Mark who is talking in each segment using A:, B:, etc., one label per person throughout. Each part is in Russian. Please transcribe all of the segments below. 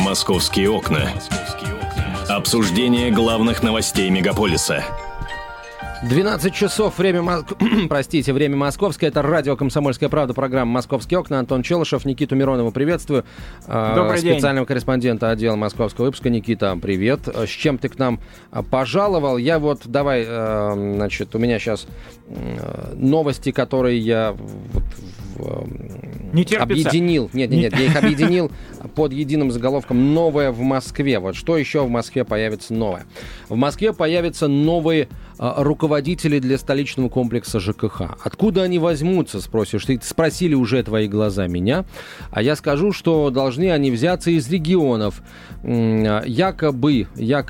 A: «Московские окна». Обсуждение главных новостей мегаполиса.
B: 12 часов, время московское. Это радио «Комсомольская правда», программа «Московские окна». Антон Челышев, Никиту Миронова приветствую.
C: Добрый день.
B: Специального корреспондента отдела московского выпуска. Никита, привет. С чем ты к нам пожаловал? Я у меня сейчас новости, которые я объединил. Нет, я их объединил под единым заголовком «Новое в Москве». Вот что еще в Москве появится новое? В Москве появятся новые руководители для столичного комплекса ЖКХ. Откуда они возьмутся, спросишь ты? Спросили уже твои глаза меня. А я скажу, что должны они взяться из регионов. Якобы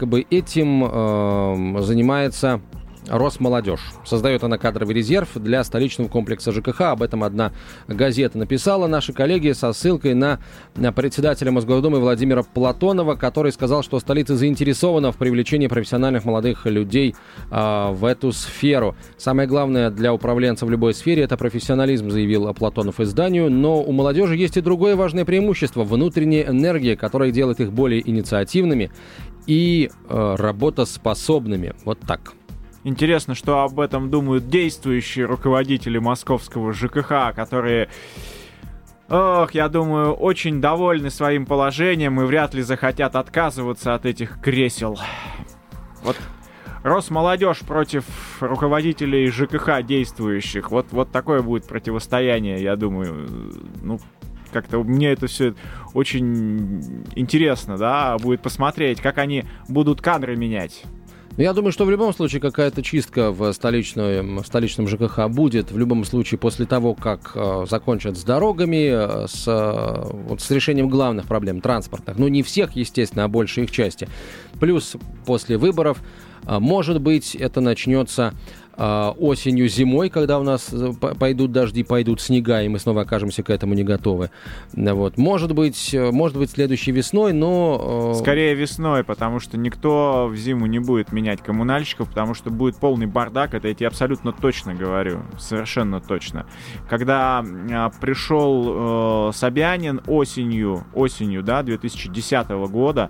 B: этим занимается Росмолодежь. Создает она кадровый резерв для столичного комплекса ЖКХ. Об этом одна газета написала. Наши коллеги со ссылкой на председателя Мосгордумы Владимира Платонова, который сказал, что столица заинтересована в привлечении профессиональных молодых людей в эту сферу. Самое главное для управленца в любой сфере — это профессионализм, заявил Платонов изданию. Но у молодежи есть и другое важное преимущество — внутренняя энергия, которая делает их более инициативными и работоспособными. Вот так.
C: Интересно, что об этом думают действующие руководители московского ЖКХ, которые, я думаю, очень довольны своим положением и вряд ли захотят отказываться от этих кресел. Вот Росмолодежь против руководителей ЖКХ действующих. Вот такое будет противостояние, я думаю. Как-то мне это все очень интересно, да, будет посмотреть, как они будут кадры менять.
B: Я думаю, что в любом случае какая-то чистка в столичном ЖКХ будет. В любом случае после того, как закончат с дорогами, с решением главных проблем транспортных. Не всех, естественно, а большей их части. Плюс после выборов, может быть, это начнется осенью, зимой, когда у нас пойдут дожди, пойдут снега, и мы снова окажемся к этому не готовы. Вот. Может быть, следующей весной, но...
C: Скорее весной, потому что никто в зиму не будет менять коммунальщиков, потому что будет полный бардак, это я тебе абсолютно точно говорю, совершенно точно. Когда пришел Собянин осенью 2010 года,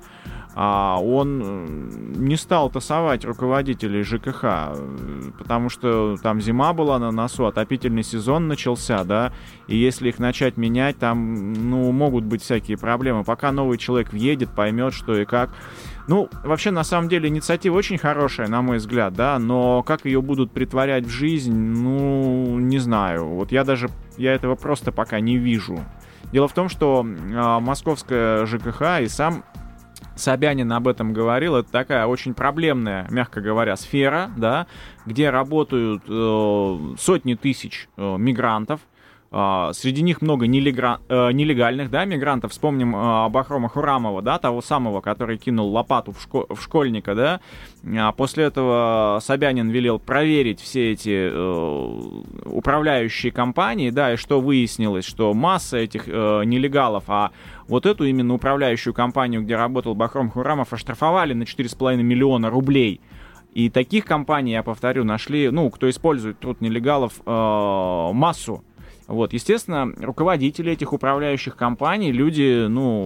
C: он не стал тасовать руководителей ЖКХ, потому что там зима была на носу, отопительный сезон начался, да, и если их начать менять, там, могут быть всякие проблемы. Пока новый человек въедет, поймет, что и как. Вообще, на самом деле, инициатива очень хорошая, на мой взгляд, да, но как ее будут притворять в жизнь, не знаю. Вот я этого просто пока не вижу. Дело в том, что московская ЖКХ и сам Собянин об этом говорил, это такая очень проблемная, мягко говоря, сфера, да, где работают сотни тысяч мигрантов. Среди них много нелегальных, да, мигрантов. Вспомним Бахрома Хурамова, да, того самого, который кинул лопату в школьника, да. После этого Собянин велел проверить все эти управляющие компании, да, и что выяснилось, что масса этих нелегалов, а вот эту именно управляющую компанию, где работал Бахром Хурамов, оштрафовали на 4,5 миллиона рублей. И таких компаний, я повторю, нашли, кто использует труд нелегалов, массу. Вот, естественно, руководители этих управляющих компаний, люди,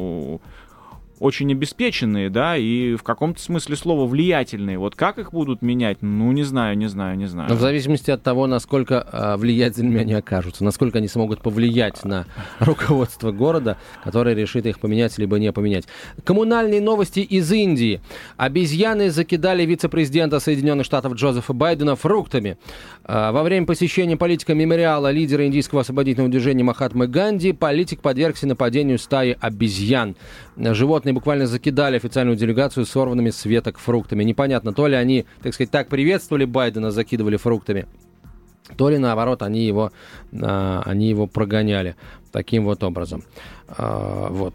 C: очень обеспеченные, да, и в каком-то смысле слова влиятельные. Вот как их будут менять, не знаю.
B: Но в зависимости от того, насколько влиятельными они окажутся, насколько они смогут повлиять на руководство города, которое решит их поменять либо не поменять. Коммунальные новости из Индии. Обезьяны закидали вице-президента Соединенных Штатов Джозефа Байдена фруктами. Во время посещения политика мемориала лидера индийского освободительного движения Махатмы Ганди политик подвергся нападению стаи обезьян. Животные буквально закидали официальную делегацию сорванными с веток фруктами. Непонятно, то ли они, так приветствовали Байдена, закидывали фруктами, то ли, наоборот, они его прогоняли таким вот образом. Вот.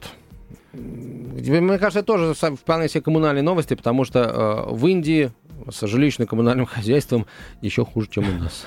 B: Мне кажется, это тоже вполне себе коммунальные новости, потому что в Индии с жилищно-коммунальным хозяйством еще хуже, чем у нас.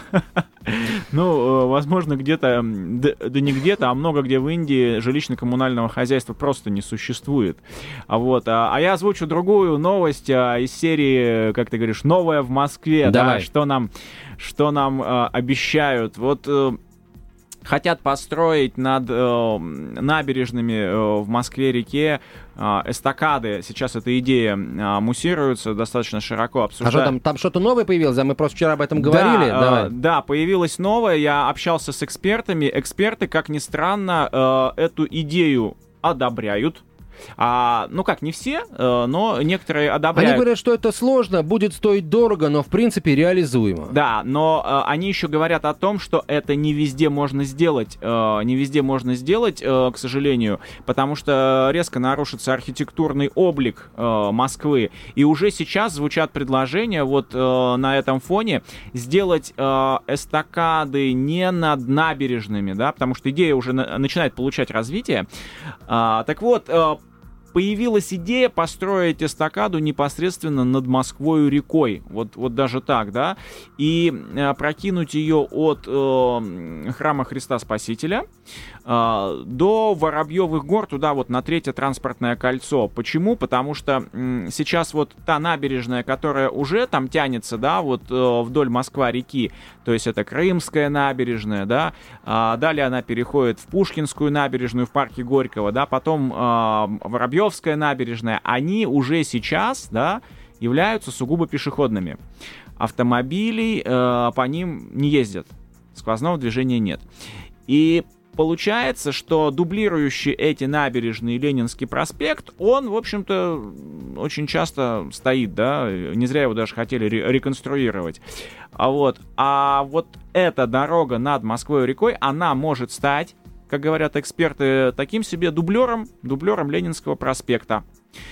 C: Возможно, где-то, да не где-то, а много где в Индии жилищно-коммунального хозяйства просто не существует. А я озвучу другую новость из серии, как ты говоришь, «Новое в Москве».
B: Давай.
C: Да, что нам обещают. хотят построить над набережными в Москве-реке эстакады. Сейчас эта идея муссируется, достаточно широко обсуждается.
B: А что там что-то новое появилось? Мы просто вчера об этом говорили.
C: Да, появилось новое. Я общался с экспертами. Эксперты, как ни странно, эту идею одобряют. Не все, но некоторые одобряют.
B: Они говорят, что это сложно, будет стоить дорого, но в принципе реализуемо.
C: Да, но они еще говорят о том, что это не везде можно сделать. Не везде можно сделать, к сожалению, потому что резко нарушится архитектурный облик Москвы. И уже сейчас звучат предложения вот на этом фоне сделать эстакады не над набережными, да, потому что идея уже начинает получать развитие. Так вот, появилась идея построить эстакаду непосредственно над Москвой рекой. Вот даже так, да. И прокинуть ее от храма Христа Спасителя до Воробьевых гор, туда вот на Третье транспортное кольцо. Почему? Потому что сейчас вот та набережная, которая уже там тянется, да, вот вдоль Москва-реки, то есть это Крымская набережная, да, далее она переходит в Пушкинскую набережную в парке Горького, да, потом Воробьевская набережная, они уже сейчас, да, являются сугубо пешеходными. Автомобилей по ним не ездят, сквозного движения нет. И получается, что дублирующий эти набережные Ленинский проспект, он, в общем-то, очень часто стоит, да, не зря его даже хотели реконструировать. А вот эта дорога над Москвой-рекой, она может стать, как говорят эксперты, таким себе дублером Ленинского проспекта.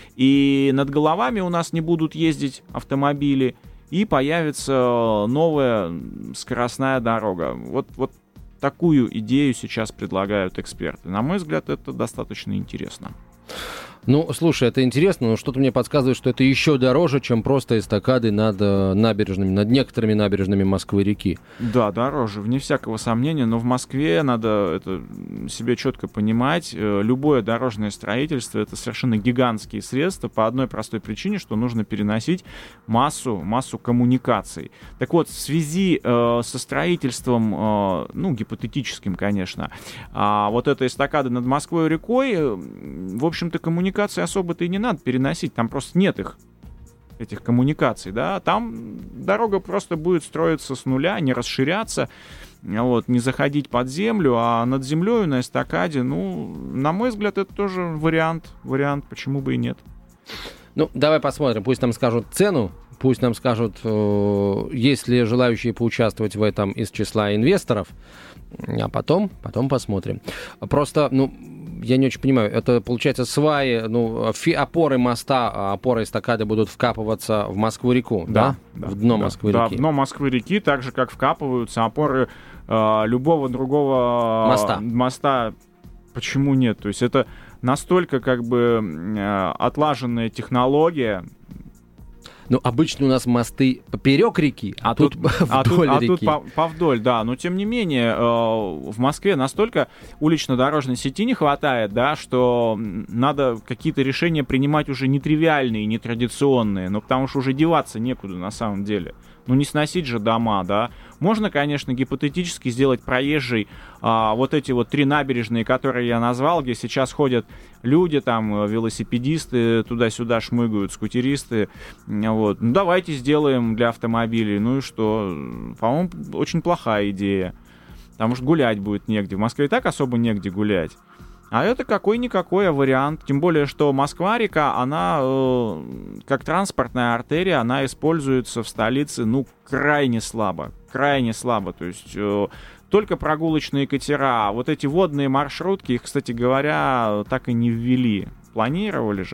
C: И над головами у нас не будут ездить автомобили, и появится новая скоростная дорога. Вот такую идею сейчас предлагают эксперты. На мой взгляд, это достаточно интересно.
B: Ну, слушай, это интересно, но что-то мне подсказывает, что это еще дороже, чем просто эстакады над набережными, над некоторыми набережными Москвы-реки.
C: Да, дороже, вне всякого сомнения, но в Москве надо это себе четко понимать. Любое дорожное строительство — это совершенно гигантские средства по одной простой причине, что нужно переносить массу коммуникаций. Так вот, в связи со строительством, гипотетическим, конечно, вот этой эстакады над Москвой-рекой, в общем-то, коммуникации особо-то и не надо переносить, там просто нет этих коммуникаций, да, там дорога просто будет строиться с нуля, не расширяться, не заходить под землю, а над землей на эстакаде, на мой взгляд, это тоже вариант, почему бы и нет.
B: Давай посмотрим, пусть нам скажут цену, пусть нам скажут, есть ли желающие поучаствовать в этом из числа инвесторов, а потом посмотрим. Просто, я не очень понимаю, это, получается, сваи, опоры моста, опоры эстакады будут вкапываться в Москву-реку, да? В дно Москвы-реки.
C: Да, в дно Москвы-реки, так же, как вкапываются опоры любого другого моста. Почему нет? То есть это настолько отлаженная технология.
B: Обычно у нас мосты поперек реки, а тут вдоль реки.
C: Тут повдоль, да. Но, тем не менее, в Москве настолько улично-дорожной сети не хватает, да, что надо какие-то решения принимать уже нетривиальные, нетрадиционные. Потому что уже деваться некуда на самом деле. Не сносить же дома, да. Можно, конечно, гипотетически сделать проезжей вот эти 3 набережные, которые я назвал, где сейчас ходят люди, там, велосипедисты, туда-сюда шмыгают, скутеристы. Давайте сделаем для автомобилей. И что? По-моему, очень плохая идея. Потому что гулять будет негде. В Москве и так особо негде гулять. А это какой-никакой вариант. Тем более, что Москва-река, она как транспортная артерия, она используется в столице, крайне слабо. Крайне слабо. То есть только прогулочные катера. Вот эти водные маршрутки, их, кстати говоря, так и не ввели. Планировали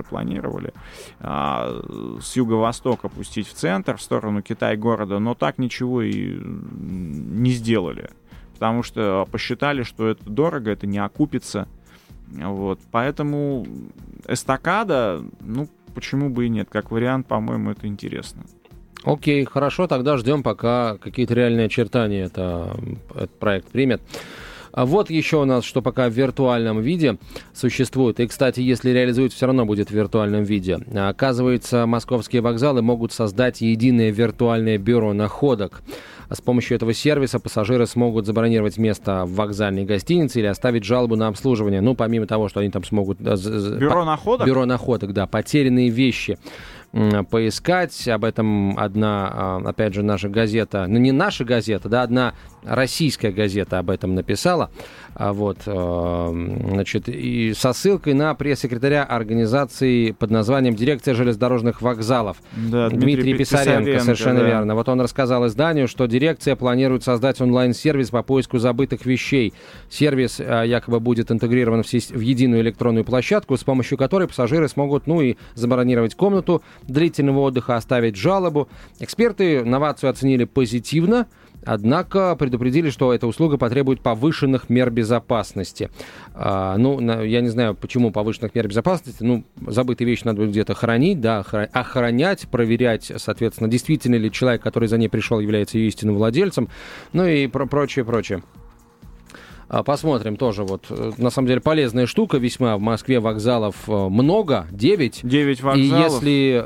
C: с юго-востока пустить в центр, в сторону Китай-города, но так ничего и не сделали. Потому что посчитали, что это дорого, это не окупится. Поэтому эстакада, почему бы и нет, как вариант, по-моему, это интересно.
B: Окей, хорошо, тогда ждем, пока какие-то реальные очертания этот проект примет. А вот еще у нас, что пока в виртуальном виде существует. И, кстати, если реализуют, все равно будет в виртуальном виде. Оказывается, московские вокзалы могут создать единое виртуальное бюро находок. С помощью этого сервиса пассажиры смогут забронировать место в вокзальной гостинице или оставить жалобу на обслуживание. Ну, помимо того, что они там смогут...
C: Бюро находок?
B: Бюро находок, да. Потерянные вещи поискать. Об этом одна, опять же, наша газета, ну не наша газета, да, одна российская газета об этом написала. Вот, значит, и со ссылкой на пресс-секретаря организации под названием «Дирекция железнодорожных вокзалов».
C: Да,
B: Дмитрий Писаренко, совершенно верно. Вот он рассказал изданию, что дирекция планирует создать онлайн-сервис по поиску забытых вещей. Сервис якобы будет интегрирован в единую электронную площадку, с помощью которой пассажиры смогут, ну и забронировать комнату длительного отдыха, оставить жалобу. Эксперты новацию оценили позитивно, однако предупредили, что эта услуга потребует повышенных мер безопасности. Я не знаю, почему повышенных мер безопасности. Ну, забытые вещи надо будет где-то хранить, да, охранять, проверять, соответственно, действительно ли человек, который за ней пришел, является ее истинным владельцем, ну и прочее. Посмотрим тоже. Вот, на самом деле, полезная штука весьма. В Москве вокзалов много, 9.
C: 9 вокзалов.
B: И если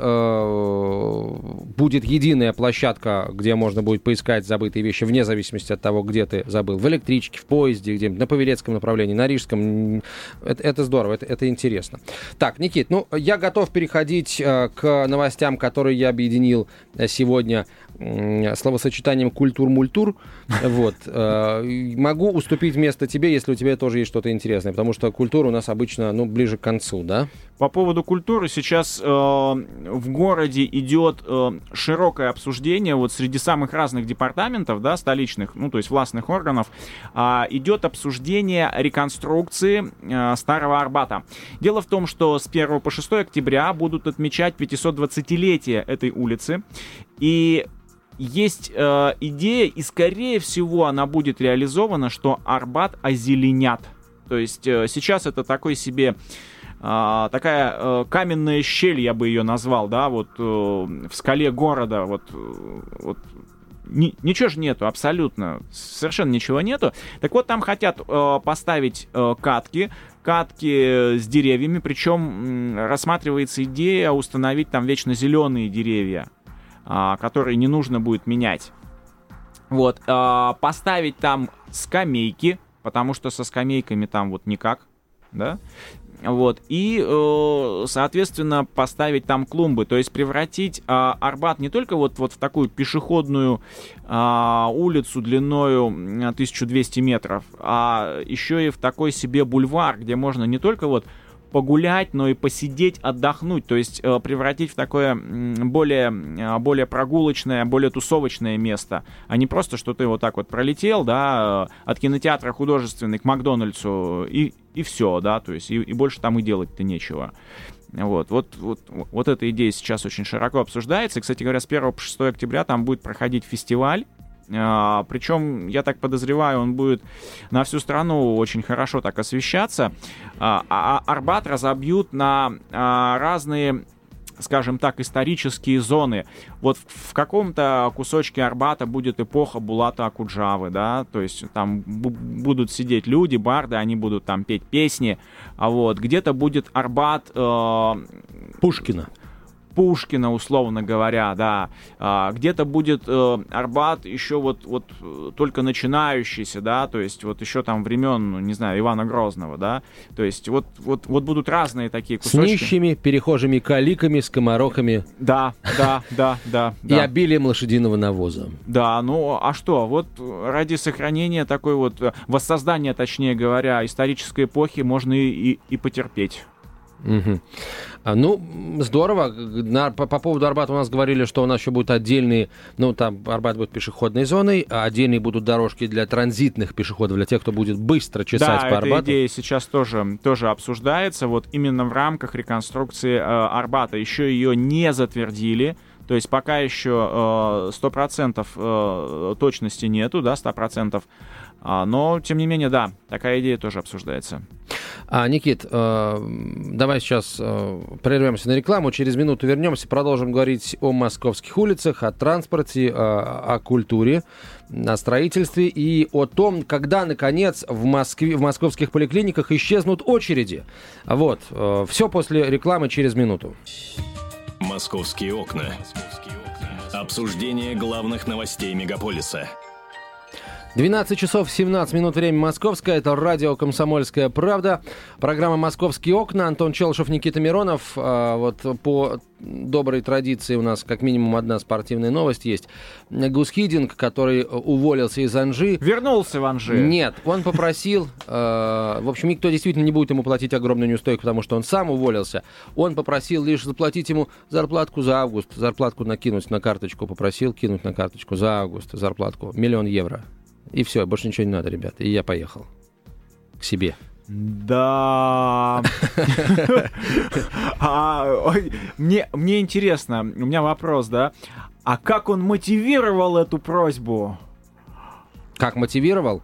B: будет единая площадка, где можно будет поискать забытые вещи, вне зависимости от того, где ты забыл, в электричке, в поезде, где-нибудь на Павелецком направлении, на Рижском, это здорово, это интересно. Так, Никит, я готов переходить к новостям, которые я объединил сегодня словосочетанием «культур-мультур». Вот. Могу уступить место тебе, если у тебя тоже есть что-то интересное, потому что культура у нас обычно, ближе к концу, да?
C: По поводу культуры сейчас в городе идет широкое обсуждение вот среди самых разных департаментов, да, столичных, то есть властных органов, идет обсуждение реконструкции Старого Арбата. Дело в том, что с 1 по 6 октября будут отмечать 520-летие этой улицы, и есть идея, и скорее всего она будет реализована, что Арбат озеленят. То есть сейчас это такой себе такая каменная щель, я бы ее назвал, да, вот в скале города, вот ничего же нету, абсолютно, совершенно ничего нету. Так вот, там хотят поставить катки с деревьями, причем рассматривается идея установить там вечно зеленые деревья, которые не нужно будет менять. Вот, поставить там скамейки, потому что со скамейками там вот никак, да, вот, и, соответственно, поставить там клумбы, то есть превратить Арбат не только вот в такую пешеходную улицу длиною 1200 метров, а еще и в такой себе бульвар, где можно не только вот погулять, но и посидеть, отдохнуть, то есть превратить в такое более прогулочное, более тусовочное место, а не просто, что ты вот так вот пролетел, да, от кинотеатра художественный к Макдональдсу и все, да, то есть и больше там и делать-то нечего. Вот эта идея сейчас очень широко обсуждается. И, кстати говоря, с 1 по 6 октября там будет проходить фестиваль. Причем, я так подозреваю, он будет на всю страну очень хорошо так освещаться. Арбат разобьют на разные, скажем так, исторические зоны. Вот в каком-то кусочке Арбата будет эпоха Булата Акуджавы, да, то есть там будут сидеть люди, барды, они будут там петь песни, где-то будет Арбат Пушкина, условно говоря, да. Где-то будет Арбат еще вот только начинающийся, да, то есть вот еще там времен, не знаю, Ивана Грозного, да, то есть вот будут разные такие кусочки.
B: С нищими, перехожими каликами, скоморохами.
C: Да.
B: И обилием лошадиного навоза.
C: Да, а что, вот ради сохранения такой вот, воссоздания, точнее говоря, исторической эпохи можно и потерпеть.
B: Угу. Здорово. По поводу Арбата у нас говорили, что у нас еще будут отдельные, там Арбат будет пешеходной зоной, а отдельные будут дорожки для транзитных пешеходов, для тех, кто будет быстро чесать по Арбату. Да,
C: эта идея сейчас тоже обсуждается, вот именно в рамках реконструкции Арбата. Еще ее не затвердили, То есть пока еще 100% точности нету, да, 100%. Но, тем не менее, да, такая идея тоже обсуждается.
B: Никит, давай сейчас прервемся на рекламу, через минуту вернемся, продолжим говорить о московских улицах, о транспорте, о культуре, о строительстве и о том, когда, наконец, в московских поликлиниках исчезнут очереди. Вот, все после рекламы через минуту.
A: «Московские окна». Обсуждение главных новостей мегаполиса.
B: 12 часов 17 минут, время московское. Это радио «Комсомольская правда». Программа «Московские окна». Антон Челшев, Никита Миронов. Вот по доброй традиции у нас как минимум одна спортивная новость есть. Гус Хидинг, который уволился из Анжи.
C: Вернулся в Анжи.
B: Нет, он попросил... В общем, никто действительно не будет ему платить огромную неустойку, потому что он сам уволился. Он попросил лишь заплатить ему зарплатку за август. Зарплатку накинуть на карточку. Попросил кинуть на карточку за август зарплатку. 1 000 000 евро. И все, больше ничего не надо, ребята. И я поехал к себе.
C: Да. Мне интересно, у меня вопрос, да. А как он мотивировал эту просьбу?
B: Как мотивировал?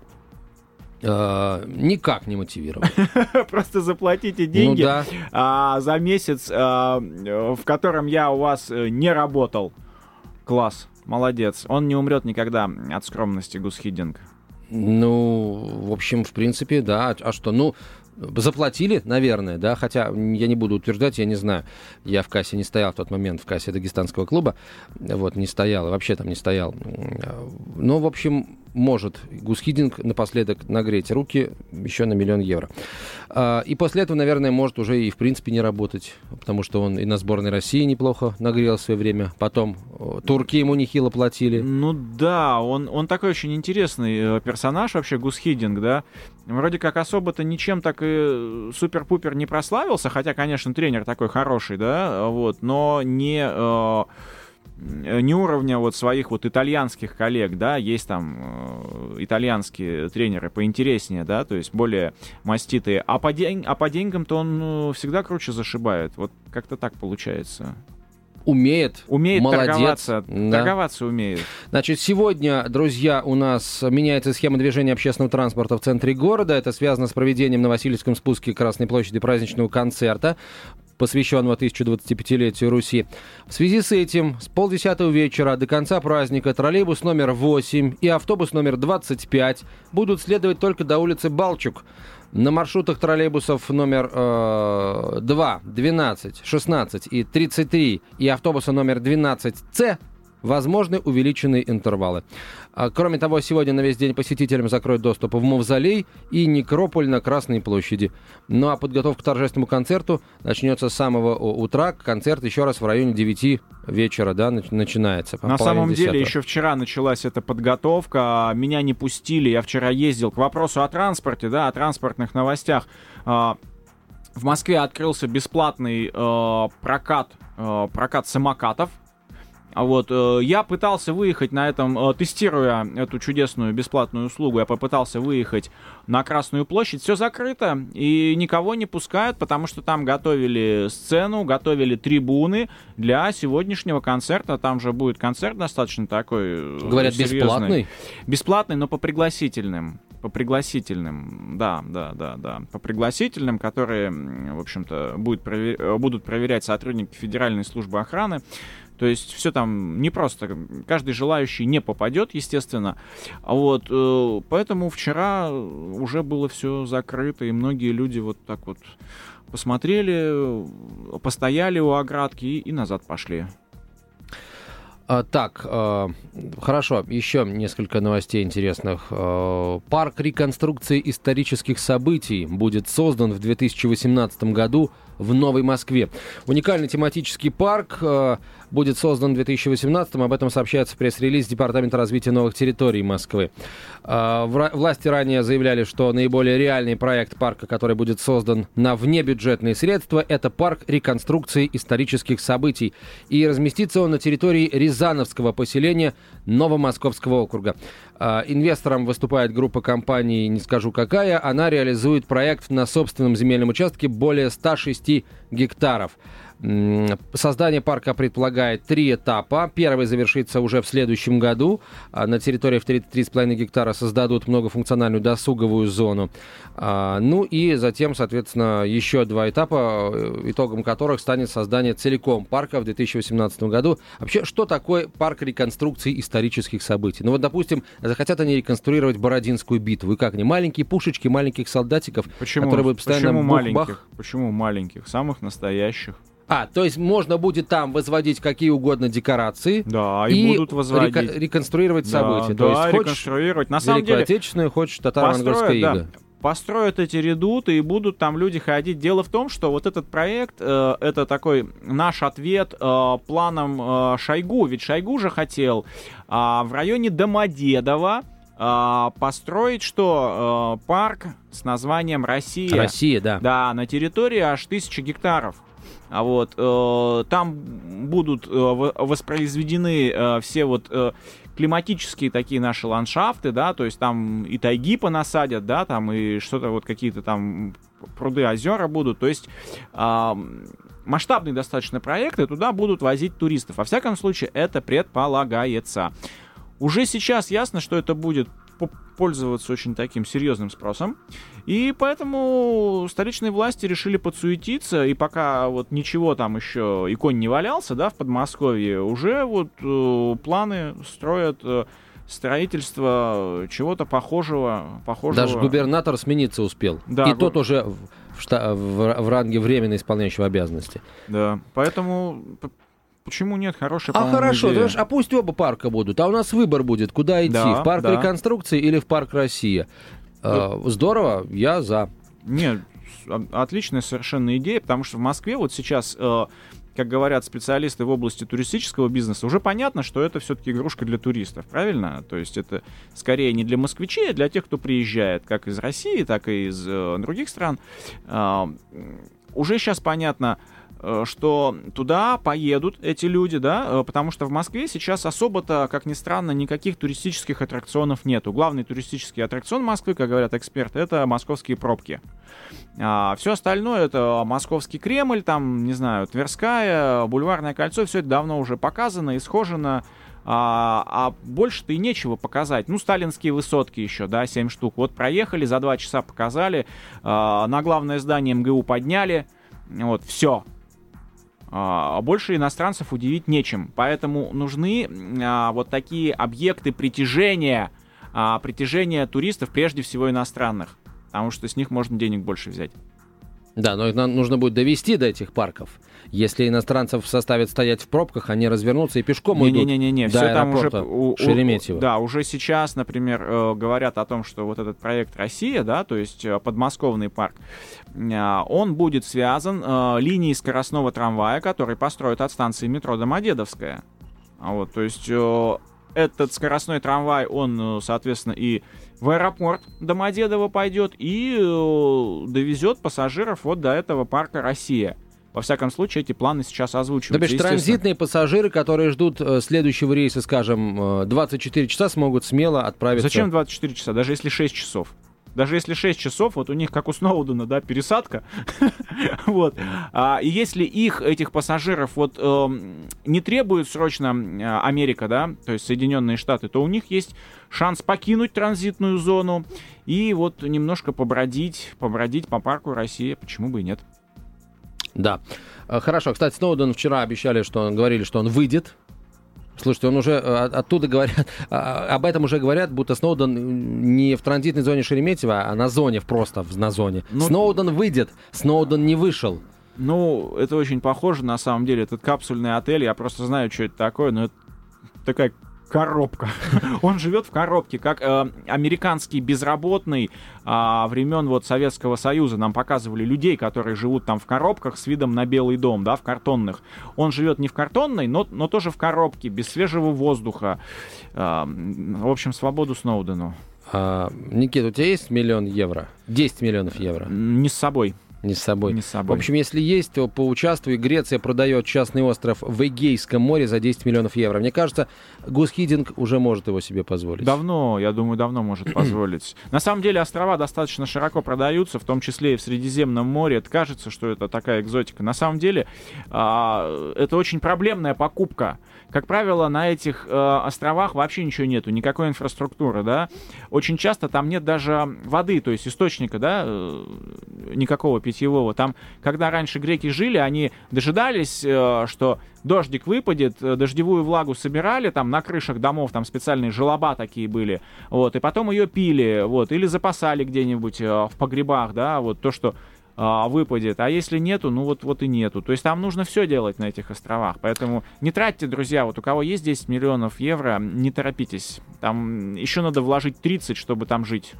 B: Никак не мотивировал.
C: Просто заплатите деньги за месяц, в котором я у вас не работал. Класс. Молодец. Он не умрет никогда от скромности, Гус Хидинг.
B: Ну, в общем, в принципе, да. А что? Ну, заплатили, наверное, да, хотя я не буду утверждать, я не знаю. Я в кассе не стоял в тот момент, в кассе дагестанского клуба. Вот, не стоял, и вообще там не стоял. Но, в общем, может Гус Хидинг напоследок нагреть руки еще на 1 000 000 евро. И после этого, наверное, может уже и в принципе не работать, потому что он и на сборной России неплохо нагрел в свое время. Потом турки ему нехило платили.
C: Ну да, он такой очень интересный персонаж вообще, Гус Хидинг, да. Вроде как особо-то ничем так и супер-пупер не прославился, хотя, конечно, тренер такой хороший, да, вот, но не уровня вот своих вот итальянских коллег, да, есть там итальянские тренеры поинтереснее, да, то есть более маститые, а по деньгам-то он всегда круче зашибает, вот как-то так получается.
B: Умеет молодец.
C: Торговаться умеет.
B: Значит, сегодня, друзья, у нас меняется схема движения общественного транспорта в центре города. Это связано с проведением на Васильевском спуске Красной площади праздничного концерта, посвященного 1025-летию Руси. В связи с этим с 9:30 вечера до конца праздника троллейбус номер 8 и автобус номер 25 будут следовать только до улицы Балчук. На маршрутах троллейбусов номер 2, 12, 16 и 33 и автобуса номер 12С возможны увеличенные интервалы. Кроме того, сегодня на весь день посетителям закроют доступ в Мавзолей и Некрополь на Красной площади. Ну а подготовка к торжественному концерту начнется с самого утра. Концерт еще раз в районе 9 вечера, да, начинается.
C: На самом деле, еще вчера началась эта подготовка. Меня не пустили. Я вчера ездил к вопросу о транспорте, да, о транспортных новостях. В Москве открылся бесплатный прокат самокатов. Вот, я пытался выехать на этом, тестируя эту чудесную бесплатную услугу, я попытался выехать на Красную площадь, все закрыто, и никого не пускают, потому что там готовили сцену, готовили трибуны для сегодняшнего концерта, там же будет концерт достаточно такой,
B: говорят, серьезный. Бесплатный?
C: Бесплатный, но по пригласительным, да, по пригласительным, которые, в общем-то, будут проверять сотрудники Федеральной службы охраны. То есть все там непросто, каждый желающий не попадет, естественно. Вот, поэтому вчера уже было все закрыто, и многие люди вот так вот посмотрели, постояли у оградки и назад пошли.
B: Так, хорошо, еще несколько новостей интересных. Парк реконструкции исторических событий будет создан в 2018 году в Новой Москве. Уникальный тематический парк будет создан в 2018, об этом сообщается в пресс-релизе Департамента развития новых территорий Москвы. Власти ранее заявляли, что наиболее реальный проект парка, который будет создан на внебюджетные средства, это парк реконструкции исторических событий. И разместится он на территории Рязановского поселения Новомосковского округа. Инвестором выступает группа компаний, не скажу какая. Она реализует проект на собственном земельном участке более 106 гектаров. Создание парка предполагает 3 этапа. Первый завершится уже в следующем году. На территории в 33,5 гектара создадут многофункциональную досуговую зону. Ну и затем, соответственно, еще 2 этапа, итогом которых станет создание целиком парка в 2018 году. Вообще, что такое парк реконструкции исторических событий? Ну вот, допустим, захотят они реконструировать Бородинскую битву. И как они? Маленькие пушечки, маленьких солдатиков, которые будут постоянно бух-бах.
C: Почему маленьких? Самых настоящих.
B: То есть можно будет там возводить какие угодно декорации,
C: да, и будут возводить.
B: Реконструировать события.
C: То есть
B: реконструировать.
C: На самом деле,
B: Отечественную, хочешь татаро-монгольское иго.
C: Построят эти редуты, и будут там люди ходить. Дело в том, что вот этот проект, это такой наш ответ планам Шойгу. Ведь Шойгу же хотел в районе Домодедово построить парк с названием «Россия».
B: Россия, да.
C: Да, на территории аж 1000 гектаров. Там будут воспроизведены все климатические такие наши ландшафты, да, то есть там и тайги понасадят, да, там и что-то какие-то там пруды, озера будут, то есть масштабный достаточно проект, и туда будут возить туристов. Во всяком случае, это предполагается. Уже сейчас ясно, что это будет пользоваться очень таким серьезным спросом, и поэтому столичные власти решили подсуетиться, и пока ничего там еще и конь не валялся, да, в Подмосковье, уже планы строят строительство чего-то похожего.
B: Даже губернатор смениться успел, да, и тот уже в ранге временно исполняющего обязанности.
C: Да, поэтому... Почему нет? Хорошая,
B: хорошо,
C: идея.
B: Пусть оба парка будут, у нас выбор будет, куда идти, в парк реконструкции или в парк Россия. Здорово, я за.
C: Нет, отличная совершенно идея, потому что в Москве сейчас, как говорят специалисты в области туристического бизнеса, уже понятно, что это все-таки игрушка для туристов, правильно? То есть это скорее не для москвичей, а для тех, кто приезжает как из России, так и из других стран. Уже сейчас понятно, что туда поедут эти люди, да, потому что в Москве сейчас особо-то, как ни странно, никаких туристических аттракционов нету. Главный туристический аттракцион Москвы, как говорят эксперты, это московские пробки. Все остальное — это Московский Кремль, там, не знаю, Тверская, Бульварное кольцо, все это давно уже показано, исхожено, а больше-то и нечего показать. Сталинские высотки еще, да, 7 штук. Проехали, за 2 часа показали, на главное здание МГУ подняли, все. Больше иностранцев удивить нечем. Поэтому нужны такие объекты притяжения туристов, прежде всего иностранных. Потому что с них можно денег больше взять.
B: Да, но их нужно будет довести до этих парков. Если иностранцев заставят стоять в пробках, они развернутся и пешком уйдут до аэропорта Шереметьево.
C: Да, уже сейчас, например, говорят о том, что этот проект «Россия», да, то есть подмосковный парк, он будет связан линией скоростного трамвая, который построят от станции метро Домодедовская. То есть этот скоростной трамвай, он, соответственно, и в аэропорт Домодедово пойдет и довезет пассажиров до этого парка «Россия». Во всяком случае, эти планы сейчас озвучиваются.
B: То бишь, транзитные пассажиры, которые ждут следующего рейса, скажем, 24 часа, смогут смело отправиться...
C: Зачем 24 часа? Даже если 6 часов. Даже если 6 часов, у них, как у Сноудена, да, пересадка. И если этих пассажиров не требует срочно Америка, да, то есть Соединенные Штаты, то у них есть шанс покинуть транзитную зону и немножко побродить по парку Россия. Почему бы и нет?
B: Да. Хорошо. Кстати, Сноуден вчера говорили, что он выйдет. Слушайте, он уже оттуда говорят, об этом уже говорят, будто Сноуден не в транзитной зоне Шереметьево, а на зоне, просто на зоне. Сноуден выйдет, Сноуден не вышел.
C: Это очень похоже, на самом деле, этот капсульный отель, я просто знаю, что это такое, но это такая коробка. Он живет в коробке, как американский безработный времен Советского Союза. Нам показывали людей, которые живут там в коробках с видом на Белый дом, да, в картонных. Он живет не в картонной, но тоже в коробке, без свежего воздуха. В общем, свободу Сноудену.
B: Никита, у тебя есть 1 000 000 евро? 10 миллионов евро?
C: Не с собой.
B: Не с собой.
C: Не с собой.
B: В общем, если есть, то поучаствуй. Греция продает частный остров в Эгейском море за 10 миллионов евро. Мне кажется, Гусхидинг уже может его себе позволить.
C: Я думаю, давно может позволить. На самом деле острова достаточно широко продаются, в том числе и в Средиземном море. Это кажется, что это такая экзотика. На самом деле это очень проблемная покупка. Как правило, на этих островах вообще ничего нету, никакой инфраструктуры, да. Очень часто там нет даже воды, то есть источника, да, никакого питьевого. Там, когда раньше греки жили, они дожидались, что дождик выпадет, дождевую влагу собирали, там на крышах домов, там специальные желоба такие были, вот, и потом ее пили, вот, или запасали где-нибудь в погребах, да, вот то, что выпадет. А если нету, ну вот и нету. То есть там нужно все делать на этих островах. Поэтому не тратьте, друзья, вот у кого есть 10 миллионов евро, не торопитесь. Там еще надо вложить 30, чтобы там жить.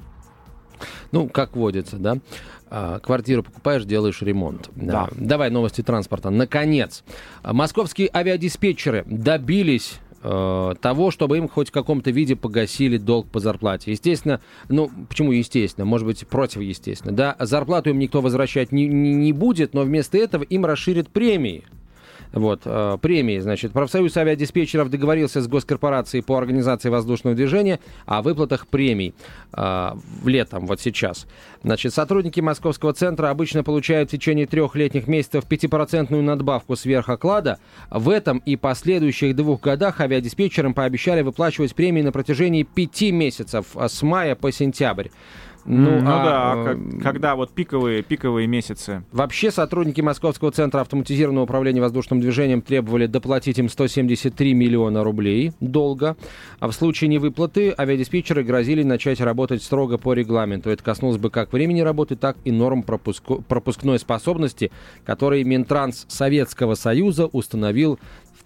B: Ну, как водится, да? Квартиру покупаешь, делаешь ремонт.
C: Да.
B: Давай новости транспорта. Наконец, московские авиадиспетчеры добились того, чтобы им хоть в каком-то виде погасили долг по зарплате. Естественно, ну, почему естественно? Может быть, противоестественно, да? Зарплату им никто возвращать не будет, но вместо этого им расширят премии. Вот, премии, значит, профсоюз авиадиспетчеров договорился с госкорпорацией по организации воздушного движения о выплатах премий летом, вот сейчас. Значит, сотрудники Московского центра обычно получают в течение 3 летних месяцев 5% надбавку сверх оклада. В этом и последующих 2 годах авиадиспетчерам пообещали выплачивать премии на протяжении 5 месяцев, с мая по сентябрь.
C: Когда вот пиковые месяцы.
B: Вообще сотрудники Московского центра автоматизированного управления воздушным движением требовали доплатить им 173 миллиона рублей долга. А в случае невыплаты авиадиспетчеры грозили начать работать строго по регламенту. Это коснулось бы как времени работы, так и норм пропускной способности, которые Минтранс Советского Союза установил в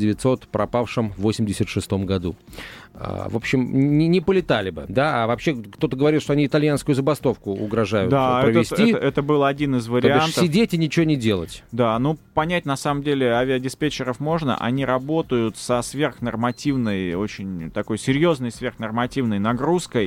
B: 1986 году. В общем, не полетали бы, да, а вообще кто-то говорил, что они итальянскую забастовку угрожают провести.
C: Да, это был один из вариантов.
B: То бишь сидеть и ничего не делать.
C: Да, ну, понять на самом деле авиадиспетчеров можно, они работают со сверхнормативной, очень такой серьезной сверхнормативной нагрузкой.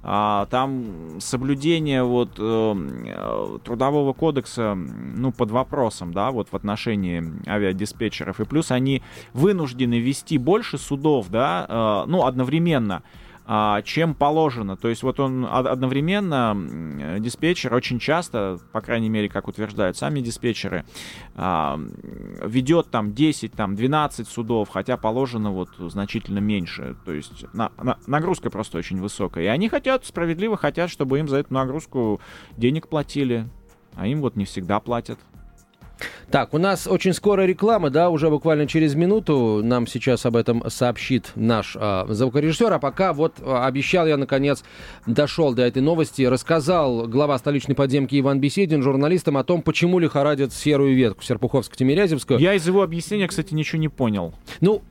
C: Там соблюдение вот трудового кодекса, ну, под вопросом, да, вот в отношении авиадиспетчеров. И плюс они вынуждены вести больше судов, да, ну, одновременно, чем положено. То есть вот он одновременно, диспетчер очень часто, по крайней мере, как утверждают сами диспетчеры, ведет там 10, там 12 судов, хотя положено вот значительно меньше. То есть нагрузка просто очень высокая. И они справедливо хотят, чтобы им за эту нагрузку денег платили, а им вот не всегда платят.
B: Так, у нас очень скоро реклама, да, уже буквально через минуту нам сейчас об этом сообщит наш звукорежиссер. А пока вот обещал я, наконец, дошел до этой новости, рассказал глава столичной подземки Иван Беседин журналистам о том, почему лихорадят серую ветку Серпуховско-Тимирязевскую.
C: Я из его объяснения, кстати, ничего не понял.
B: Ну,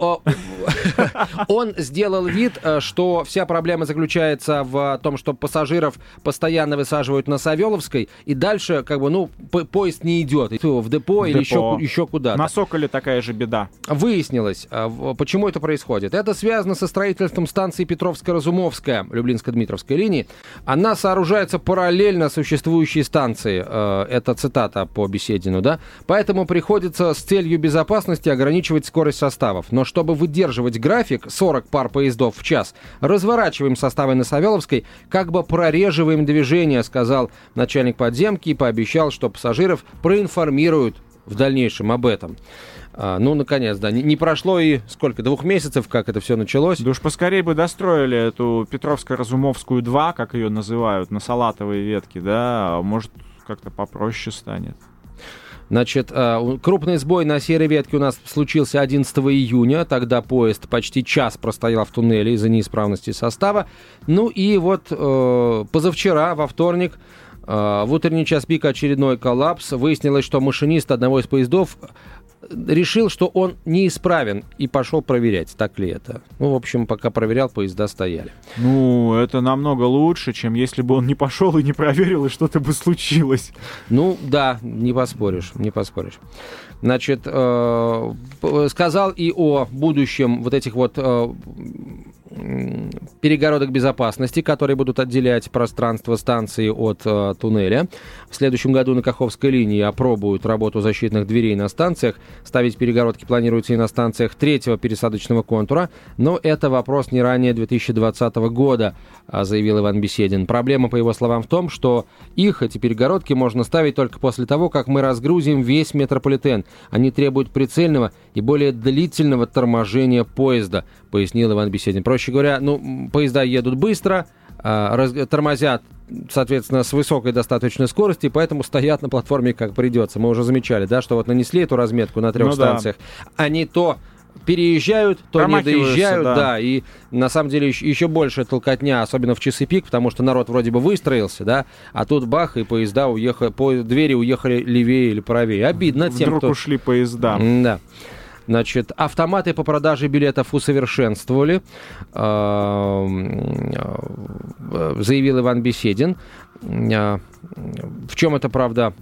B: он сделал вид, что вся проблема заключается в том, что пассажиров постоянно высаживают на Савеловской, и дальше, как бы, ну, поезд не идет в депо или еще куда-то.
C: На Соколе такая же беда.
B: Выяснилось, почему это происходит. Это связано со строительством станции Петровско-Разумовская, Люблинско-Дмитровской линии. Она сооружается параллельно существующей станции. Это цитата по Беседину, да? Поэтому приходится с целью безопасности ограничивать скорость составов. Но чтобы выдерживать график 40 пар поездов в час, разворачиваем составы на Савеловской, как бы прореживаем движение, сказал начальник подземки и пообещал, что пассажиров проинформируют в дальнейшем об этом. Ну, наконец, да. Не прошло и сколько, 2 месяцев, как это все началось.
C: Да уж поскорее бы достроили эту Петровско-Разумовскую 2, как ее называют, на Салатовой ветке, да, может, как-то попроще станет.
B: Значит, крупный сбой на серой ветке у нас случился 11 июня. Тогда поезд почти час простоял в туннеле из-за неисправности состава. Ну и вот позавчера, во вторник, в утренний час пика очередной коллапс. Выяснилось, что машинист одного из поездов решил, что он неисправен, и пошел проверять, так ли это. Ну, в общем, пока проверял, поезда стояли.
C: Ну, это намного лучше, чем если бы он не пошел и не проверил, и что-то бы случилось.
B: Ну, да, не поспоришь, не поспоришь. Значит, сказал и о будущем вот этих вот перегородок безопасности, которые будут отделять пространство станции от туннеля. В следующем году на Каховской линии опробуют работу защитных дверей на станциях. Ставить перегородки планируется и на станциях третьего пересадочного контура, но это вопрос не ранее 2020 года, заявил Иван Беседин. Проблема, по его словам, в том, что эти перегородки, можно ставить только после того, как мы разгрузим весь метрополитен. Они требуют прицельного и более длительного торможения поезда, пояснил Иван Беседин. Проще говоря, поезда едут быстро, тормозят, соответственно, с высокой достаточной скоростью, поэтому стоят на платформе как придется. Мы уже замечали, да, что вот нанесли эту разметку на 3 станциях. Они то переезжают, то не доезжают, да, и на самом деле еще больше толкотня, особенно в часы пик, потому что народ вроде бы выстроился, да, а тут бах, и поезда уехали, двери уехали левее или правее. Обидно тем,
C: вдруг ушли поезда.
B: Да. Значит, автоматы по продаже билетов усовершенствовали, заявил Иван Беседин. В чем это правда,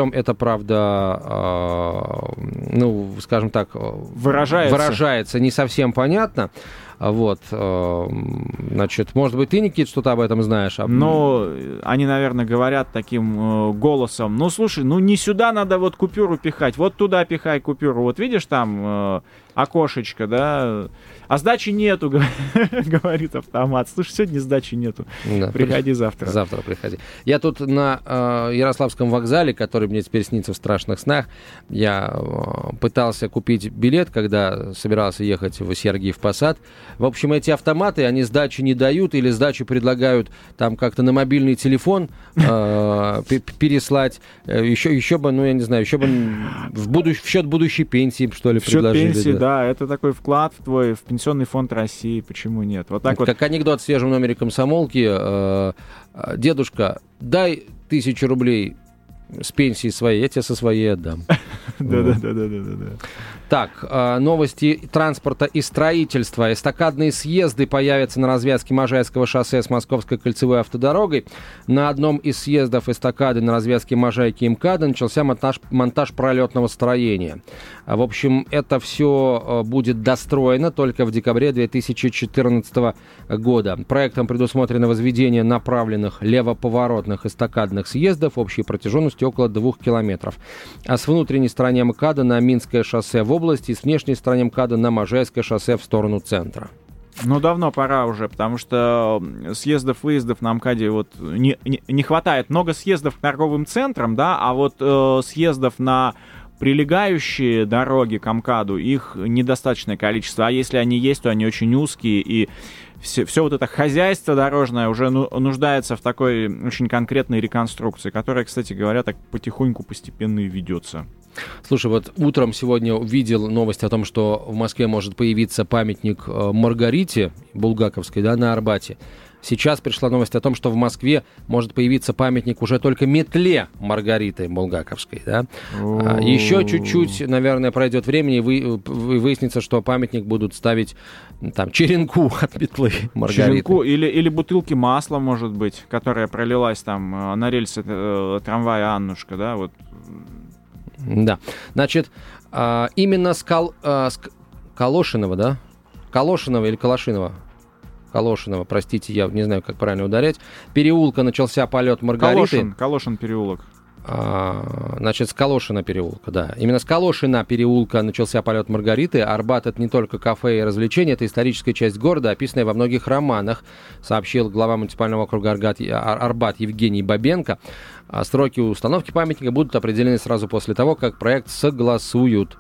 B: скажем так, выражается не совсем понятно. Вот, значит, может быть, ты, Никит, что-то об этом знаешь?
C: Но они, наверное, говорят таким голосом: ну, слушай, не сюда надо вот купюру пихать, вот туда пихай купюру. Вот видишь, там окошечко, да, а сдачи нету, говорит автомат. Слушай, сегодня сдачи нету, да, приходи завтра.
B: Завтра приходи. Я тут на Ярославском вокзале, который мне теперь снится в страшных снах, я пытался купить билет, когда собирался ехать в Сергиев Посад. В общем, эти автоматы, они сдачи не дают или сдачу предлагают там как-то на мобильный телефон переслать. Еще бы, я не знаю, еще бы в счет будущей пенсии, что ли, предложили.
C: В счет пенсии, да, это такой вклад твой в Пенсионный фонд России, почему нет? Вот так
B: как анекдот в свежем номере «Комсомолки». Дедушка, дай 1000 рублей с пенсии своей, я тебе со своей отдам.
C: Да.
B: Так, новости транспорта и строительства. Эстакадные съезды появятся на развязке Можайского шоссе с Московской кольцевой автодорогой. На одном из съездов эстакады на развязке Можайки и МКАДа начался монтаж пролетного строения. В общем, это все будет достроено только в декабре 2014 года. Проектом предусмотрено возведение направленных левоповоротных эстакадных съездов общей протяженностью около 2 километров. А с внутренней стороны МКАДа на Минское шоссе в области и с внешней стороны МКАДа на Можайское шоссе в сторону центра.
C: Давно пора уже, потому что съездов-выездов на МКАДе не хватает. Много съездов к торговым центрам, да, а вот съездов на прилегающие дороги к МКАДу, их недостаточное количество. А если они есть, то они очень узкие, и все вот это хозяйство дорожное уже нуждается в такой очень конкретной реконструкции, которая, кстати говоря, так потихоньку, постепенно и ведется.
B: Слушай, вот утром сегодня увидел новость о том, что в Москве может появиться памятник Маргарите Булгаковской, да, на Арбате. Сейчас пришла новость о том, что в Москве может появиться памятник уже только метле Маргариты Булгаковской. Да? Еще чуть-чуть, наверное, пройдет времени, и выяснится, что памятник будут ставить там черенку от метлы Маргариты.
C: Черенку или бутылки масла, может быть, которая пролилась там на рельсы трамвая «Аннушка». Да, вот.
B: Да, значит, именно с Колошинова, да? Колошинова или Калашинова? Колошинова, простите, я не знаю, как правильно ударять. Переулка начался полет Маргариты.
C: Калошин переулок.
B: Значит, с Калошина переулка, да. Именно с Калошина переулка начался полет Маргариты. Арбат — это не только кафе и развлечения, это историческая часть города, описанная во многих романах, сообщил глава муниципального округа Арбат Евгений Бабенко. Сроки установки памятника будут определены сразу после того, как проект согласуют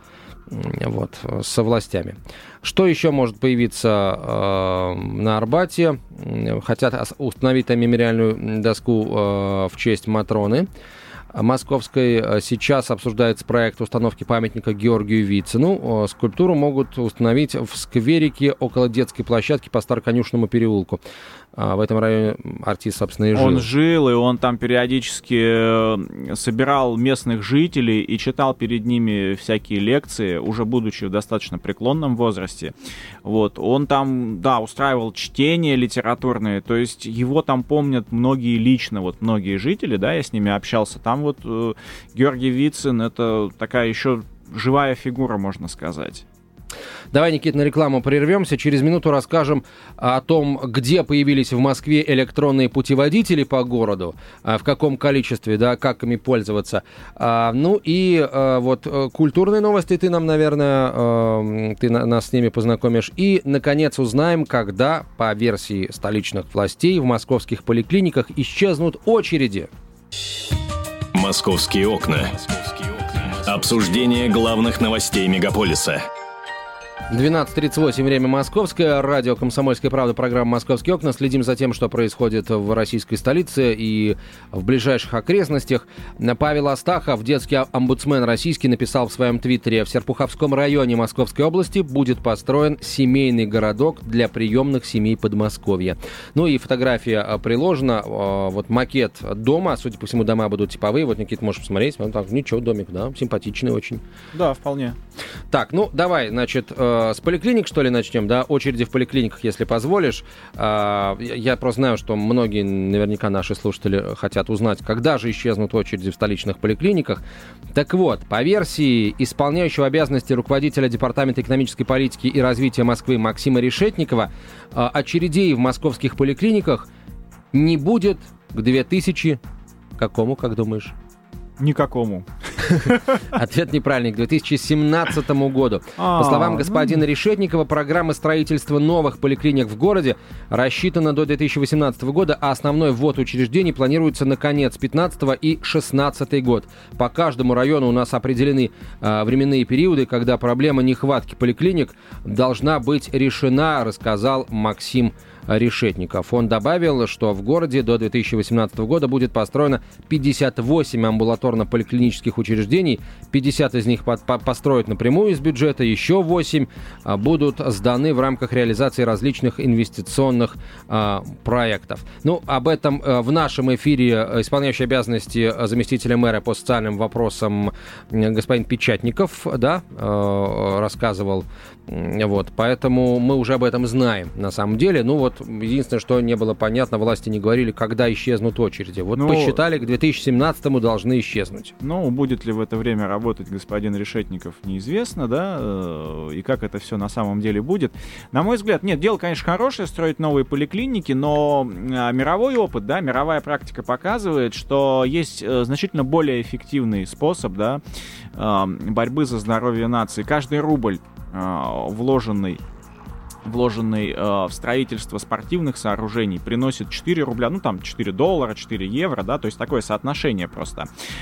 B: со властями. Что еще может появиться на Арбате? Хотят установить там мемориальную доску в честь Матроны Московской. Сейчас обсуждается проект установки памятника Георгию Вицину. Скульптуру могут установить в скверике около детской площадки по Староконюшному переулку. В этом районе артист, собственно, и жил.
C: Он жил, и он там периодически собирал местных жителей и читал перед ними всякие лекции, уже будучи в достаточно преклонном возрасте. Вот. Он там, да, устраивал чтения литературные, то есть его там помнят многие лично, вот многие жители, да, я с ними общался. Там вот Георгий Вицин — это такая еще живая фигура, можно сказать.
B: Давай, Никит, на рекламу прервемся. Через минуту расскажем о том, где появились в Москве электронные путеводители по городу, в каком количестве, да, как ими пользоваться. Ну и вот культурные новости ты нам, наверное, ты нас с ними познакомишь. И, наконец, узнаем, когда, по версии столичных властей, в московских поликлиниках исчезнут очереди.
A: «Московские окна». Обсуждение главных новостей мегаполиса.
B: 12:38, время московское, радио «Комсомольская правда», программа «Московские окна». Следим за тем, что происходит в российской столице и в ближайших окрестностях. Павел Астахов, детский омбудсмен российский, написал в своем твиттере: в Серпуховском районе Московской области будет построен семейный городок для приемных семей Подмосковья. Ну и фотография приложена, вот макет дома, судя по всему, дома будут типовые. Вот, Никита, можешь посмотреть, ну, так, ничего, домик, да, симпатичный очень.
C: Да, вполне.
B: Так, ну, давай, значит, с поликлиник, что ли, начнем, да? Очереди в поликлиниках, если позволишь. Я просто знаю, что многие, наверняка, наши слушатели хотят узнать, когда же исчезнут очереди в столичных поликлиниках. Так вот, по версии исполняющего обязанности руководителя Департамента экономической политики и развития Москвы Максима Решетникова, очередей в московских поликлиниках не будет к 2000... Какому, как думаешь?
C: Никакому.
B: Ответ неправильный. К 2017 году. По словам господина Решетникова, программа строительства новых поликлиник в городе рассчитана до 2018 года, а основной ввод учреждений планируется на конец 2015 и 2016 год. По каждому району у нас определены временные периоды, когда проблема нехватки поликлиник должна быть решена, рассказал Максим Решетников. Он добавил, что в городе до 2018 года будет построено 58 амбулаторно-поликлинических учреждений, 50 из них построят напрямую из бюджета, еще 8 будут сданы в рамках реализации различных инвестиционных проектов. Ну, об этом в нашем эфире исполняющий обязанности заместителя мэра по социальным вопросам господин Печатников, да, рассказывал. Вот, поэтому мы уже об этом знаем, на самом деле. Ну вот, единственное, что не было понятно, власти не говорили, когда исчезнут очереди. Вот посчитали, к 2017-му должны исчезнуть.
C: Ну, будет ли в это время работать господин Решетников, неизвестно, да, и как это все на самом деле будет. На мой взгляд, нет, дело, конечно, хорошее, строить новые поликлиники, но мировой опыт, да, мировая практика показывает, что есть значительно более эффективный способ, да, борьбы за здоровье нации. Каждый рубль, вложенный в строительство спортивных сооружений, приносит 4 рубля, ну там 4 доллара, 4 евро, да, то есть такое соотношение просто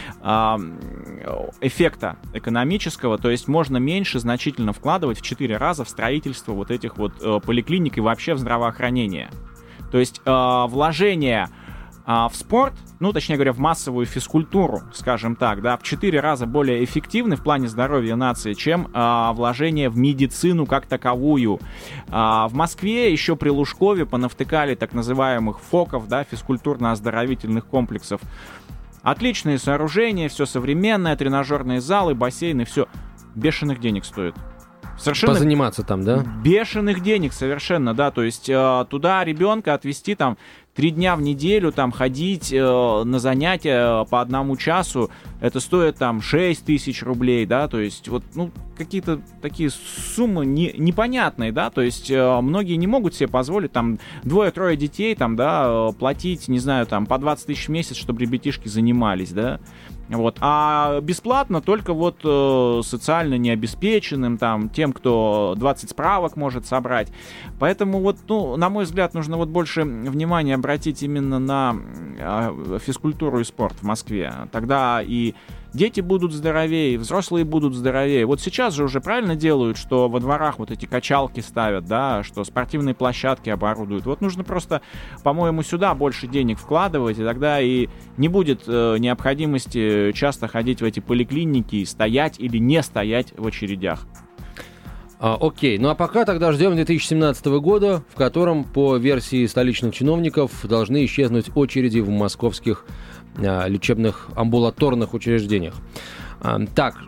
C: эффекта экономического, то есть можно меньше значительно вкладывать в 4 раза в строительство вот этих вот поликлиник и вообще в здравоохранение. То есть вложение в спорт, ну, точнее говоря, в массовую физкультуру, скажем так, да, в 4 раза более эффективны в плане здоровья нации, чем вложение в медицину как таковую. В Москве еще при Лужкове понавтыкали так называемых ФОКов, да, физкультурно-оздоровительных комплексов. Отличные сооружения, все современное, тренажерные залы, бассейны, все бешеных денег стоит. Совершенно
B: позаниматься там, да?
C: Бешеных денег совершенно, да, то есть туда ребенка отвезти там 3 дня в неделю, там ходить на занятия по 1 часу, это стоит там 6 тысяч рублей, да, то есть вот, ну, какие-то такие суммы непонятные, да, то есть многие не могут себе позволить там 2-3 детей, там, да, платить, не знаю, там по 20 тысяч в месяц, чтобы ребятишки занимались, да. Вот. А бесплатно только вот социально необеспеченным, там, тем, кто 20 справок может собрать. Поэтому вот, ну, на мой взгляд, нужно вот больше внимания обратить именно на физкультуру и спорт в Москве. Тогда и дети будут здоровее, и взрослые будут здоровее. Вот сейчас же уже правильно делают, что во дворах вот эти качалки ставят, да, что спортивные площадки оборудуют. Вот нужно просто, по-моему, сюда больше денег вкладывать, и тогда и не будет необходимости часто ходить в эти поликлиники и стоять или не стоять в очередях.
B: Окей, ну а пока тогда ждем 2017 года, в котором, по версии столичных чиновников, должны исчезнуть очереди в московских лечебных амбулаторных учреждениях. Так,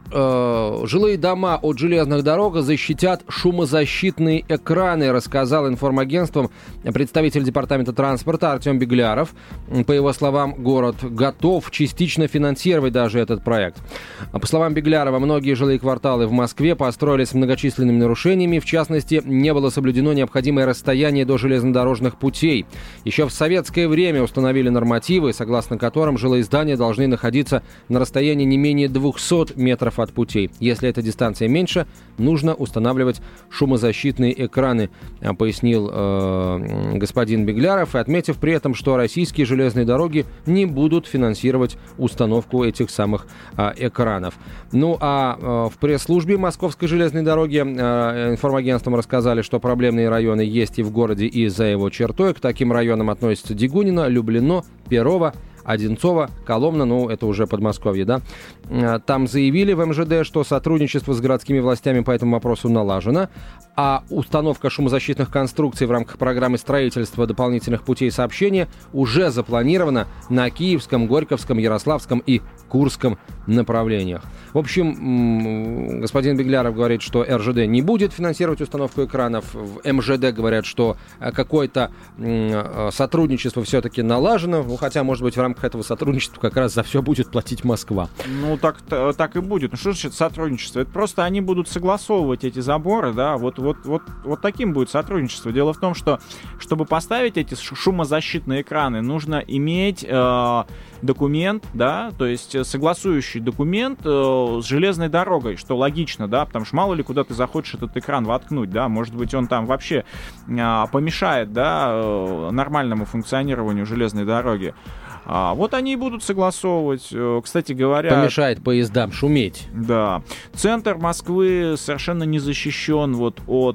B: жилые дома от железных дорог защитят шумозащитные экраны, рассказал информагентствам представитель департамента транспорта Артем Бегляров. По его словам, город готов частично финансировать даже этот проект. По словам Беглярова, многие жилые кварталы в Москве построились с многочисленными нарушениями. В частности, не было соблюдено необходимое расстояние до железнодорожных путей. Еще в советское время установили нормативы, согласно которым жилые здания должны находиться на расстоянии не менее 200 метров от путей. Если эта дистанция меньше, нужно устанавливать шумозащитные экраны, пояснил господин Бегляров, и отметив при этом, что российские железные дороги не будут финансировать установку этих самых экранов. Ну а в пресс-службе Московской железной дороги информагентствам рассказали, что проблемные районы есть и в городе, и за его чертой. К таким районам относятся Дегунино, Люблино, Перово, Одинцово, Коломна, ну, это уже Подмосковье, да. Там заявили в МЖД, что сотрудничество с городскими властями по этому вопросу налажено, а установка шумозащитных конструкций в рамках программы строительства дополнительных путей сообщения уже запланирована на Киевском, Горьковском, Ярославском и Курском направлениях. В общем, господин Бегляров говорит, что РЖД не будет финансировать установку экранов. В МЖД говорят, что какое-то сотрудничество все-таки налажено. Ну, хотя, может быть, в рамках этого сотрудничества как раз за все будет платить Москва.
C: Ну, так и будет. Ну, что значит сотрудничество? Это просто они будут согласовывать эти заборы, да, вот таким будет сотрудничество. Дело в том, что, чтобы поставить эти шумозащитные экраны, нужно иметь документ, да, то есть согласующий документ с железной дорогой, что логично, да, потому что мало ли куда ты захочешь этот экран воткнуть, да, может быть, он там вообще помешает, да, нормальному функционированию железной дороги. Вот они и будут согласовывать. Кстати говоря...
B: Помешает поездам шуметь.
C: Да. Центр Москвы совершенно не защищен вот от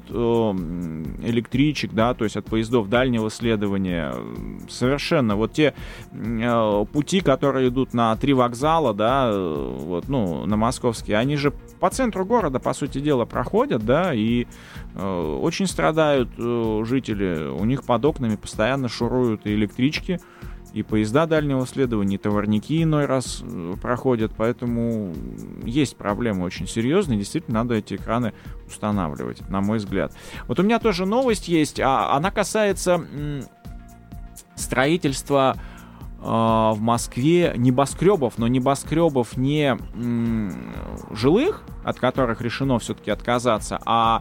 C: электричек, да, то есть от поездов дальнего следования. Совершенно. Вот те пути, которые идут на 3 вокзала, да, вот, ну, на московские, они же по центру города, по сути дела, проходят, да, и очень страдают жители. У них под окнами постоянно шуруют и электрички, и поезда дальнего следования, и товарники иной раз проходят, поэтому есть проблемы очень серьезные, действительно надо эти экраны устанавливать, на мой взгляд. Вот у меня тоже новость есть, она касается строительства в Москве небоскребов, но небоскребов не жилых, от которых решено все-таки отказаться, а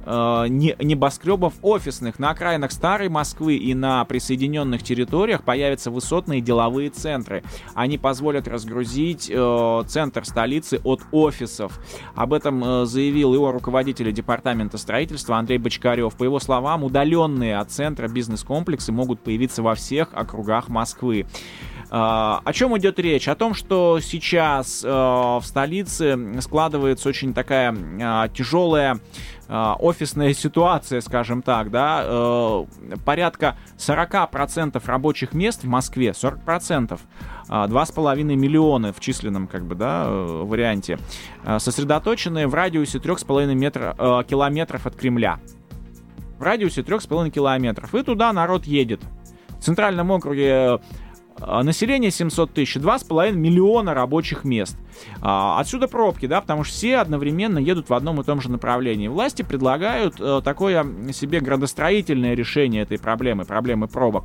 C: небоскребов офисных. На окраинах старой Москвы и на присоединенных территориях появятся высотные деловые центры. Они позволят разгрузить центр столицы от офисов. Об этом заявил его руководитель департамента строительства Андрей Бочкарев. По его словам, удаленные от центра бизнес-комплексы могут появиться во всех округах Москвы. О чем идет речь? О том, что сейчас в столице складывается очень такая тяжелая офисная ситуация, скажем так, да, порядка 40% рабочих мест в Москве, 40%, 2,5 миллиона в численном, как бы, да, варианте, сосредоточены в радиусе 3,5 километров от Кремля. В радиусе 3,5 километров. И туда народ едет. В Центральном округе население 700 тысяч, 2,5 миллиона рабочих мест. Отсюда пробки, да, потому что все одновременно едут в одном и том же направлении. Власти предлагают такое себе градостроительное решение этой проблемы пробок.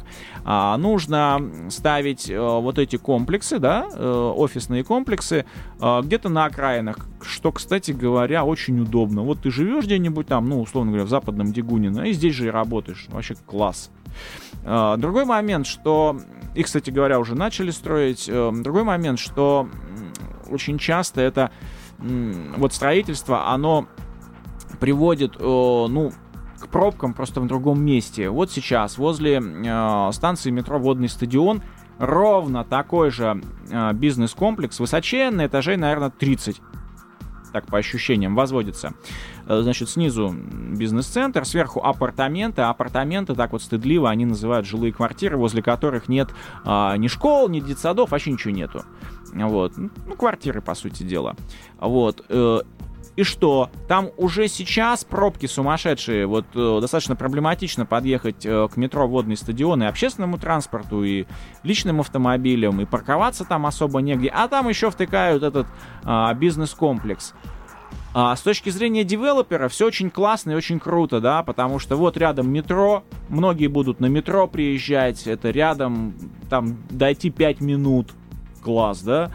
C: Нужно ставить вот эти комплексы, да, офисные комплексы, где-то на окраинах, что, кстати говоря, очень удобно. Вот ты живешь где-нибудь там, ну, условно говоря, в западном Дегунино, и здесь же и работаешь. Вообще класс. Другой момент, что... И, кстати говоря, уже начали строить. Другой момент, что очень часто это вот строительство, оно приводит, ну, к пробкам просто в другом месте. Вот сейчас возле станции метро «Водный стадион» ровно такой же бизнес-комплекс, высоченный, этажей, наверное, 30. Так, по ощущениям, возводится. Значит, снизу бизнес-центр, сверху апартаменты. Апартаменты, так вот стыдливо, они называют жилые квартиры, возле которых нет ни школ, ни детсадов, вообще ничего нету. Вот. Ну, квартиры, по сути дела. Вот. И что? Там уже сейчас пробки сумасшедшие. Вот достаточно проблематично подъехать к метро Водный стадион и общественному транспорту, и личным автомобилям, и парковаться там особо негде. А там еще втыкают этот бизнес-комплекс. С точки зрения девелопера все очень классно и очень круто, да, потому что вот рядом метро, многие будут на метро приезжать, это рядом, там, дойти 5 минут, класс, да,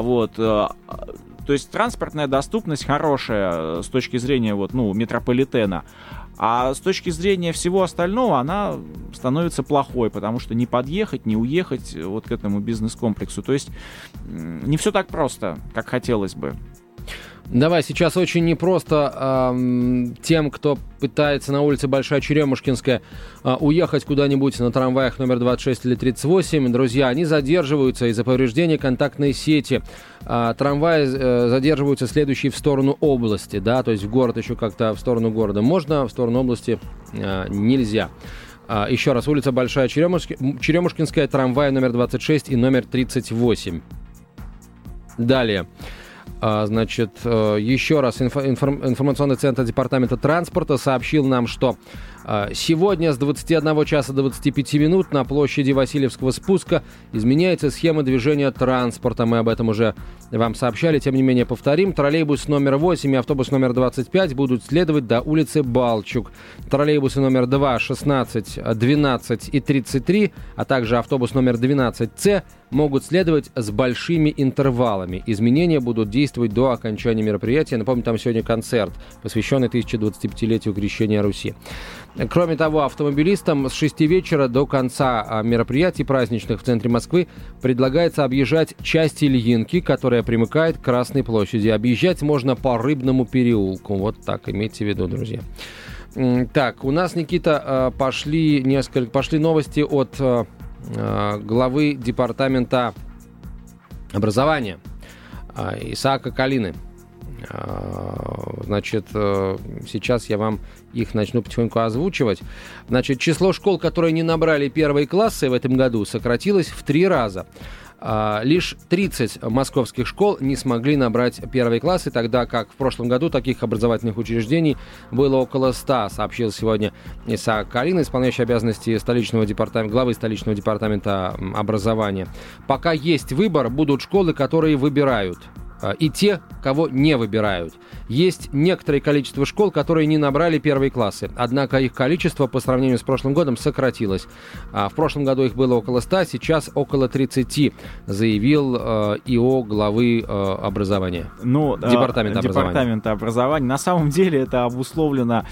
C: то есть транспортная доступность хорошая с точки зрения метрополитена, а с точки зрения всего остального она становится плохой, потому что не подъехать, не уехать вот к этому бизнес-комплексу, то есть не все так просто, как хотелось бы.
B: Давай, сейчас очень непросто тем, кто пытается на улице Большая Черемушкинская уехать куда-нибудь на трамваях номер 26 или 38. Друзья, они задерживаются из-за повреждения контактной сети. Трамваи задерживаются следующие в сторону области, да, то есть в город еще как-то в сторону города можно, в сторону области нельзя. Еще раз, улица Большая Черемушкинская, трамвай номер 26 и номер 38. Далее. Значит, еще раз, информационный центр Департамента транспорта сообщил нам, что сегодня с 21 часа до 25 минут на площади Васильевского спуска изменяется схема движения транспорта. Мы об этом уже вам сообщали, тем не менее повторим. Троллейбус номер 8 и автобус номер 25 будут следовать до улицы Балчук. Троллейбусы номер 2, 16, 12 и 33, а также автобус номер 12С могут следовать с большими интервалами. Изменения будут действовать до окончания мероприятия. Напомню, там сегодня концерт, посвященный 1025-летию крещения Руси. Кроме того, автомобилистам с 6 вечера до конца мероприятий праздничных в центре Москвы предлагается объезжать часть Ильинки, которая примыкает к Красной площади. Объезжать можно по Рыбному переулку. Вот так, имейте в виду, друзья. Так, у нас, Никита, пошли новости от главы департамента образования Исаака Калины. Значит, сейчас я вам их начну потихоньку озвучивать. Значит, число школ, которые не набрали первые классы в этом году, сократилось в 3 раза. Лишь 30 московских школ не смогли набрать первые классы, тогда как в прошлом году таких образовательных учреждений было около 100, сообщил сегодня Исаак Калина, исполняющий обязанности главы столичного департамента образования. Пока есть выбор, будут школы, которые выбирают, и те, кого не выбирают. Есть некоторое количество школ, которые не набрали первые классы, однако их количество по сравнению с прошлым годом сократилось. В прошлом году их было около 100, сейчас около 30, заявил ИО главы образования. Департамента образования.
C: На самом деле это обусловлено,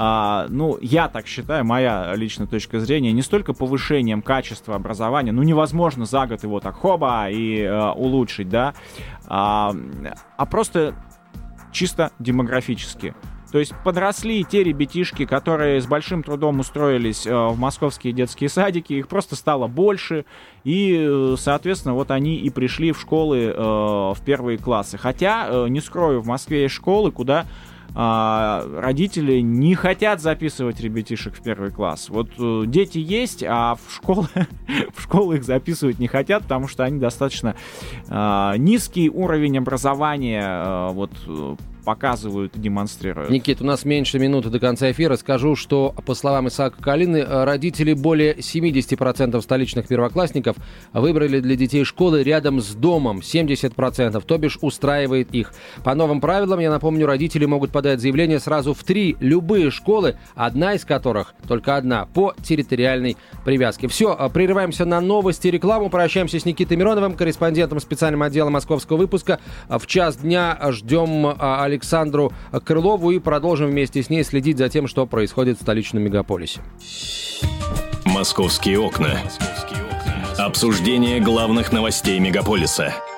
C: я так считаю, моя личная точка зрения, не столько повышением качества образования, невозможно за год его так хоба и улучшить, да, а просто чисто демографически. То есть подросли те ребятишки, которые с большим трудом устроились в московские детские садики, их просто стало больше, и, соответственно, вот они и пришли в школы в первые классы. Хотя, не скрою, в Москве есть школы, куда родители не хотят записывать ребятишек в первый класс. Вот дети есть, а в школы их записывать не хотят, потому что они достаточно низкий уровень образования показывают и демонстрируют.
B: Никит, у нас меньше минуты до конца эфира. Скажу, что, по словам Исаака Калины, родители более 70% столичных первоклассников выбрали для детей школы рядом с домом. 70%, то бишь устраивает их. По новым правилам, я напомню, родители могут подать заявление сразу в 3 любые школы, одна из которых, только одна, по территориальной привязке. Все, прерываемся на новости и рекламу. Прощаемся с Никитой Мироновым, корреспондентом специального отдела московского выпуска. В час дня ждем Александру Крылову и продолжим вместе с ней следить за тем, что происходит в столичном мегаполисе.
A: «Московские окна». Обсуждение главных новостей мегаполиса.